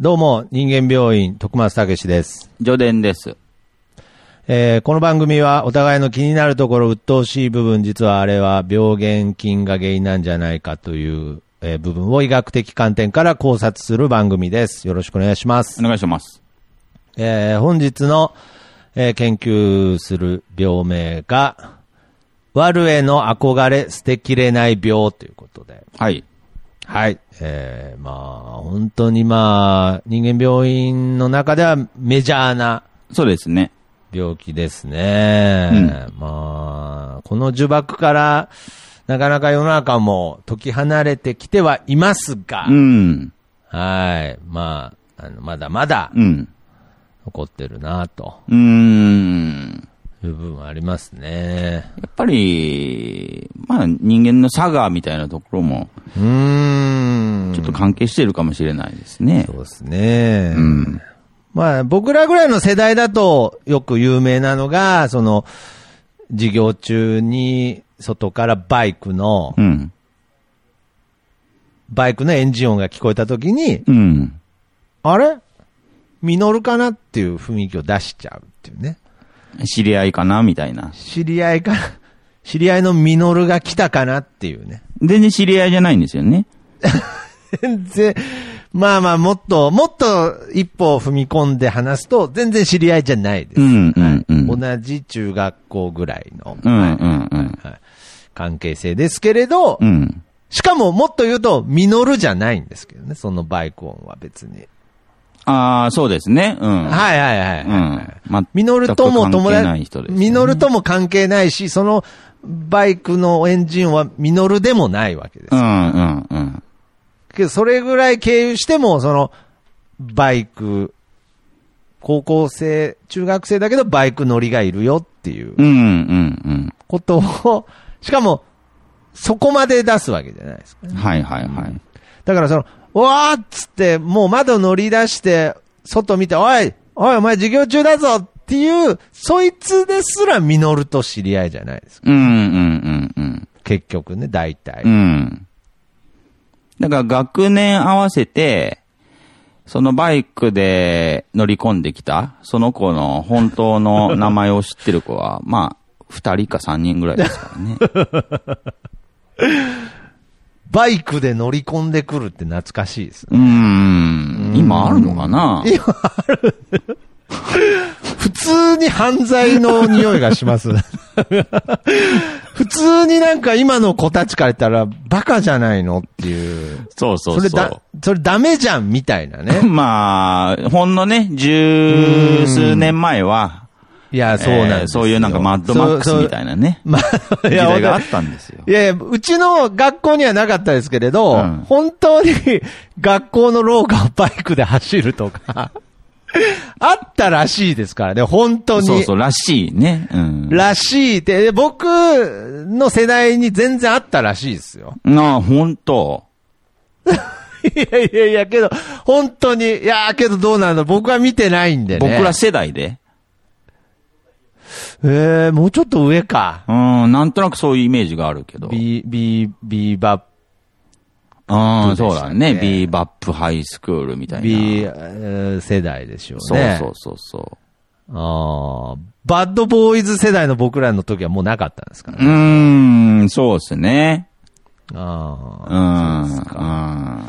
どうも、人間病院、徳松武史です。 ジョデンです。 この番組はお互いの気になるところ、鬱陶しい部分、実はあれは病原菌が原因なんじゃないかという、部分を医学的観点から考察する番組です。よろしくお願いします。 お願いします。 本日の、研究する病名が、悪への憧れ捨てきれない病ということで。 はい。 はい。本当に人間病院の中ではメジャーな。 そうですね。 病気ですね。この呪縛から、なかなか世の中も解き離れてきてはいますが、はい。まだまだ、残ってるなと。いう部分はありますね。 やっぱり、人間の差がみたいなところも、ちょっと関係してるかもしれないですね。 そうですね。僕らぐらいの世代だとよく有名なのが、授業中に外からバイクのエンジン音が聞こえたときに、あれミノルかなっていう雰囲気を出しちゃうっていうね。 知り合いかなみたいな。 知り合いのミノルが来たかなっていうね。 全然知り合いじゃないんですよね。 全然、もっと一歩踏み込んで話すと、全然知り合いじゃないです。同じ中学校ぐらいの、関係性ですけれど、しかももっと言うと、ミノルじゃないんですけどね、そのバイク音は別に。 ああ、そうですね。 ミノルともミノルとも関係ないし、そのバイクのエンジンはミノルでもないわけです。けど、それぐらい経由しても、バイク、高校生、中学生だけどバイク乗りがいるよっていう。ことを、しかも、そこまで出すわけじゃないですかね。だからわーっつって、もう窓乗り出して、外見て、おい、お前授業中だぞっていう、そいつですらミノルと知り合いじゃないですか。結局ね、大体。だから学年合わせて、そのバイクで乗り込んできた、その子の本当の名前を知ってる子は、2人か3人ぐらいですからね。 バイクで乗り込んでくるって懐かしいですね。 今あるのかな？ 今ある。普通に犯罪の匂いがします。普通に今の子たちから言ったらバカじゃないのっていう。 そう。それダメじゃんみたいなね。 ほんのね、十数年前は、 いや、そうなんですよ。 そういうマッドマックスみたいなね。時代があったんですよ。 いや、うちの学校にはなかったですけれど、本当に学校の廊下をバイクで走るとか、あったらしいですからね、本当に。 そう、らしいね。 らしいって、僕の世代に全然あったらしいですよ。 本当。 いや、けど、本当に、けどどうなんだ、僕は見てないんでね。 僕ら世代でもうちょっと上か。 なんとなくそういうイメージがあるけど。 ビーバップ。 そうだね。ビーバップハイスクールみたいな。 世代でしょうね。 そう。 バッドボーイズ世代の僕らの時はもうなかったんですかね。 そうですね。 そうですか。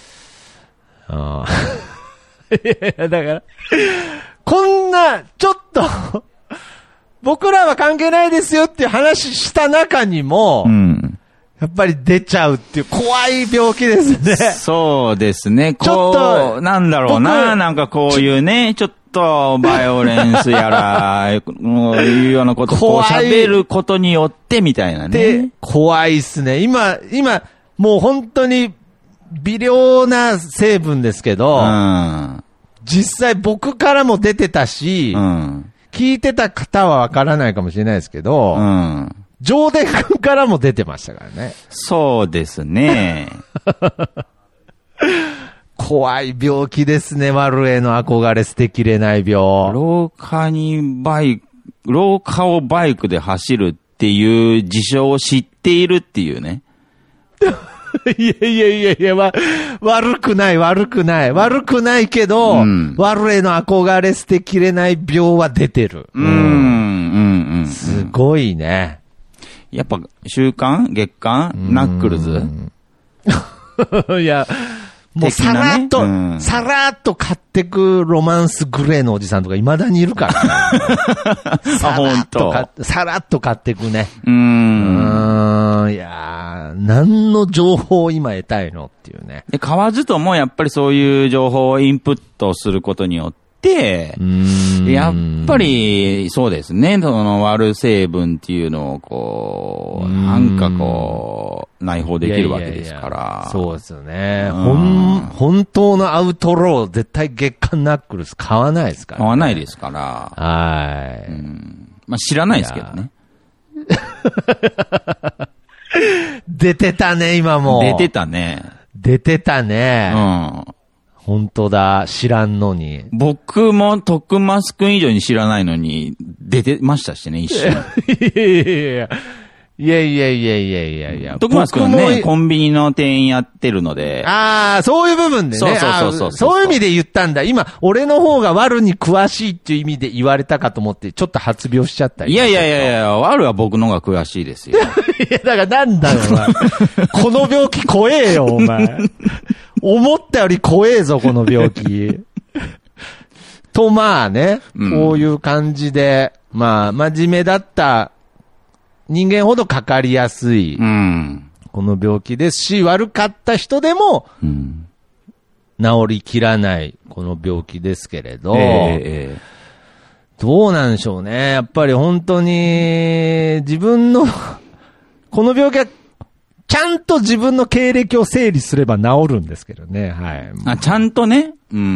いや、だから、こんな、ちょっと、僕らは関係ないですよっていう話した中にも、やっぱり出ちゃうっていう怖い病気ですね。 そうですね。ちょっと、なんだろうな、こういうね、ちょっとバイオレンスやら、いうようなことを喋ることによってみたいなね。 怖いっすね。今、もう本当に微量な成分ですけど、実際僕からも出てたし、聞いてた方はわからないかもしれないですけど、ジョーデン君からも出てましたからね。 そうですね。 怖い病気ですね、悪への憧れ捨てきれない病。 廊下をバイクで走るっていう事象を知っているっていうね。 いやいやいやいや、悪くないけど、悪への憧れ捨てきれない病は出てる。すごいね。 やっぱ、週刊月刊ナックルズいや、もうさらっと、さらっと買ってくロマンスグレーのおじさんとか未だにいるから、ね。さらっと買ってくね。いやー、何の情報を今得たいのっていうね。 で、買わずともやっぱりそういう情報をインプットすることによって、やっぱりそうですね、その悪成分っていうのをこう、なんかこう、内包できるわけですから。いやいやいやそうですよね。本当のアウトロー、絶対月刊ナックルス買わないですから、ね。 買わないですから。 はい。 まあ知らないですけどね。 出てたね、今も。 出てたね。 本当だ、知らんのに。 僕も徳松くん以上に知らないのに、出てましたしね、一瞬。 いや。 徳松くんね、コンビニの店員やってるので。 ああ、そういう部分でね。そういう意味で言ったんだ。今、俺の方が悪に詳しいっていう意味で言われたかと思って、ちょっと発病しちゃった。 いや、悪は僕の方が詳しいですよ。 いや、だからなんだよ、お前。この病気怖えよ、お前。思ったより怖えぞ、この病気。と、まあね、こういう感じで、まあ、真面目だった人間ほどかかりやすい、この病気ですし、悪かった人でも、治りきらない、この病気ですけれど、どうなんでしょうね。やっぱり本当に、自分の、この病気は、ちゃんと自分の経歴を整理すれば治るんですけどね。はい。 あ、ちゃんとね。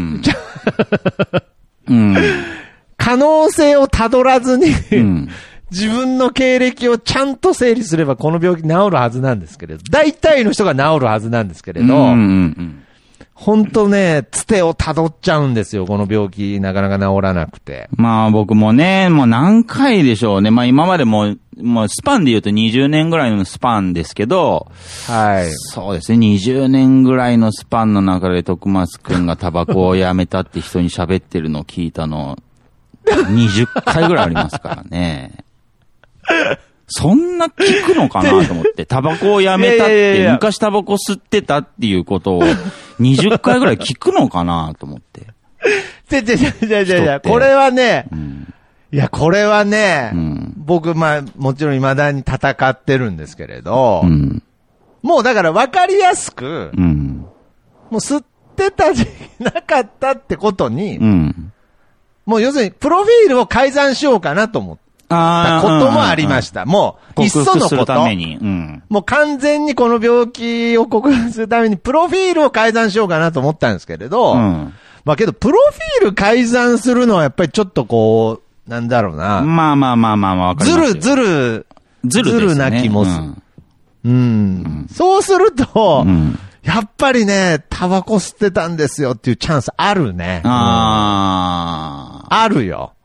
可能性をたどらずに、自分の経歴をちゃんと整理すればこの病気治るはずなんですけれど、大体の人が治るはずなんですけれど、本当ね、つてをたどっちゃうんですよ、この病気、なかなか治らなくて。 まあ僕もね、もう何回でしょうね。まあ今までもうスパンで言うと20年ぐらいのスパンですけど、 はい。 そうですね、20年ぐらいのスパンの中で徳松くんがタバコをやめたって人に喋ってるのを聞いたの、20回ぐらいありますからね。そんな聞くのかなと思って、タバコをやめたって、昔タバコ吸ってたっていうことを20回ぐらい聞くのかなと思って。 これはね、いや、これはね、僕、まあ、もちろん未だに戦ってるんですけれど、もうだから分かりやすく、もう吸ってたじゃなかったってことに、もう要するに、プロフィールを改ざんしようかなと思ったこともありました。もう、いっそのこと。もう完全にこの病気を克服するために、プロフィールを改ざんしようかなと思ったんですけれど、まあけど、プロフィール改ざんするのはやっぱりちょっとこう、なんだろうな。 まあ、わかりますよ。 ずるな気もする。そうすると、やっぱりね、タバコ吸ってたんですよっていうチャンスあるね。あるよ。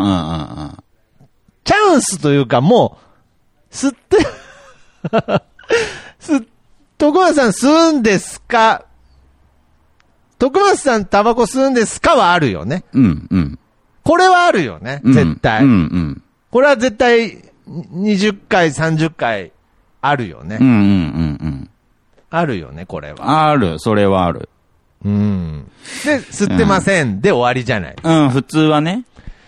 チャンスというかもう、吸って、徳松さん吸うんですか？徳松さんタバコ吸うんですかはあるよね。これはあるよね。絶対。これは絶対20回、30回あるよね。あるよね、これは。 ある、それはある。 で、吸ってませんで終わりじゃない。 普通はね。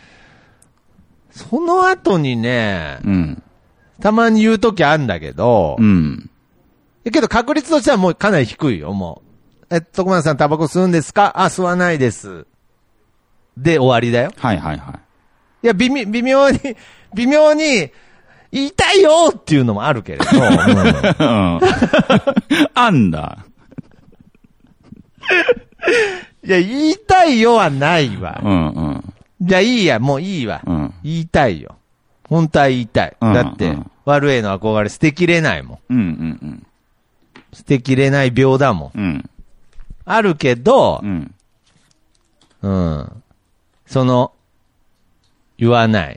その後にね、たまに言うときあるんだけど、けど確率としてはもうかなり低いよ、もう。徳松さんタバコ吸うんですか？あ、吸わないです。で終わりだよ。いや、微妙に、言いたいよっていうのもあるけれど。 あんだ。 いや、言いたいよはないわ。じゃあいいや、もういいわ。言いたいよ。本当は言いたい。だって、悪への憧れ捨てきれないもん。捨てきれない病だもん。あるけど、その、言わない。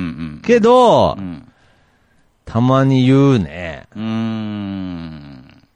けど、たまに言うね。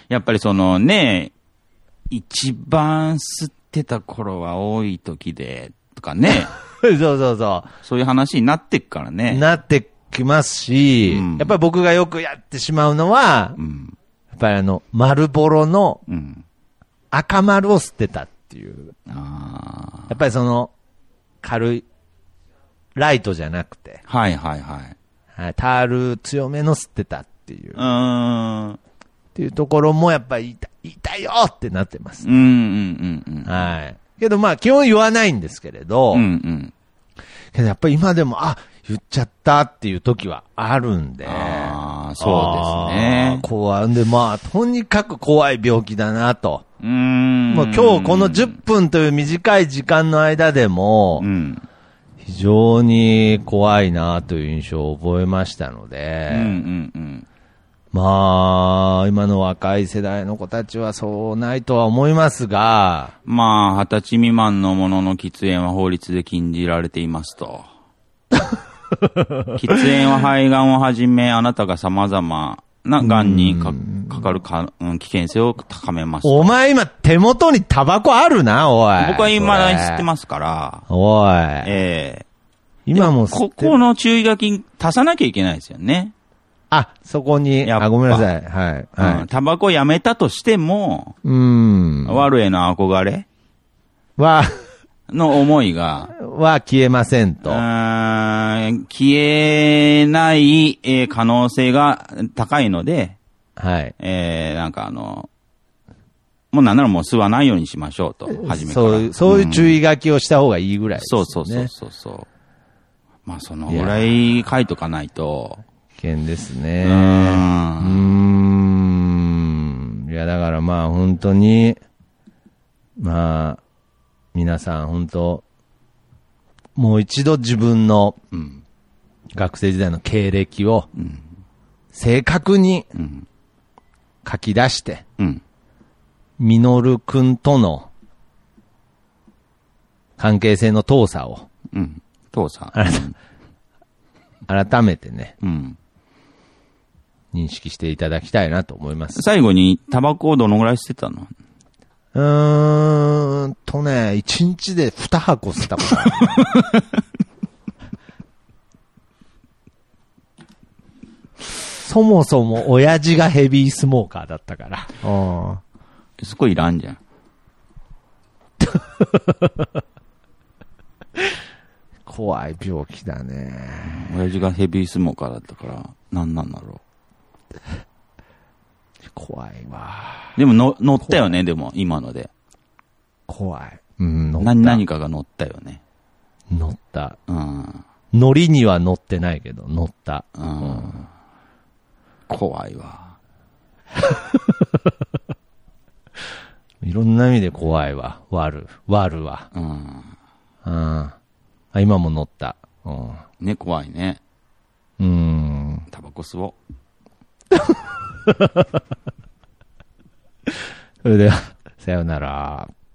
やっぱりそのね、一番吸ってた頃は多い時で、とかね。 そうそうそう。 そういう話になってっからね。 なってきますし、やっぱり僕がよくやってしまうのは、やっぱり丸ボロの赤丸を吸ってたっていう。やっぱりその、軽い、ライトじゃなくて。 はいはいはい。 はい、タール強めの吸ってたっていう。っていうところもやっぱり痛いよってなってます。はい。けどまあ基本言わないんですけれど、けどやっぱり今でも、言っちゃったっていう時はあるんで。 そうですね。 怖いんで、まあ、とにかく怖い病気だなと。もう今日この10分という短い時間の間でも、非常に怖いなという印象を覚えましたので、まあ、今の若い世代の子たちはそうないとは思いますが、 まあ、20歳未満のものの喫煙は法律で禁じられていますと。喫煙は肺がんをはじめ、あなたが様々な癌にかかる危険性を高めます。 お前今手元にタバコあるな、おい。 僕は未だに吸ってますから。 おい。今もここの注意書き足さなきゃいけないですよね。 そこに、ごめんなさい。はい。 タバコやめたとしても、悪への憧れの思いが、 消えませんと。 消えない可能性が高いので、はい。なんかもうなんならもう吸わないようにしましょうと、初めから。 そういう注意書きをした方がいいぐらいですね。 そう。まあそのぐらい書いとかないと。 危険ですね。いや、だからまあ本当に、まあ、皆さん本当、もう一度自分の学生時代の経歴を正確に書き出して、ミノル君との関係性の遠さを、改めてね、認識していただきたいなと思います。 最後にタバコをどのぐらい吸ってたの 1日で2箱吸ったことある。そもそも親父がヘビースモーカーだったから。 すごいいらんじゃん。 怖い病気だね。 親父がヘビースモーカーだったから、なんだろう。 怖いわ。 でも乗ったよね、でも、今ので。 怖い。乗った。 何かが乗ったよね。 乗った。乗りには乗ってないけど、乗った。 怖いわ。 いろんな意味で怖いわ。悪は。今も乗った。 ね、怖いね。タバコ吸おう。 それでは、さようなら。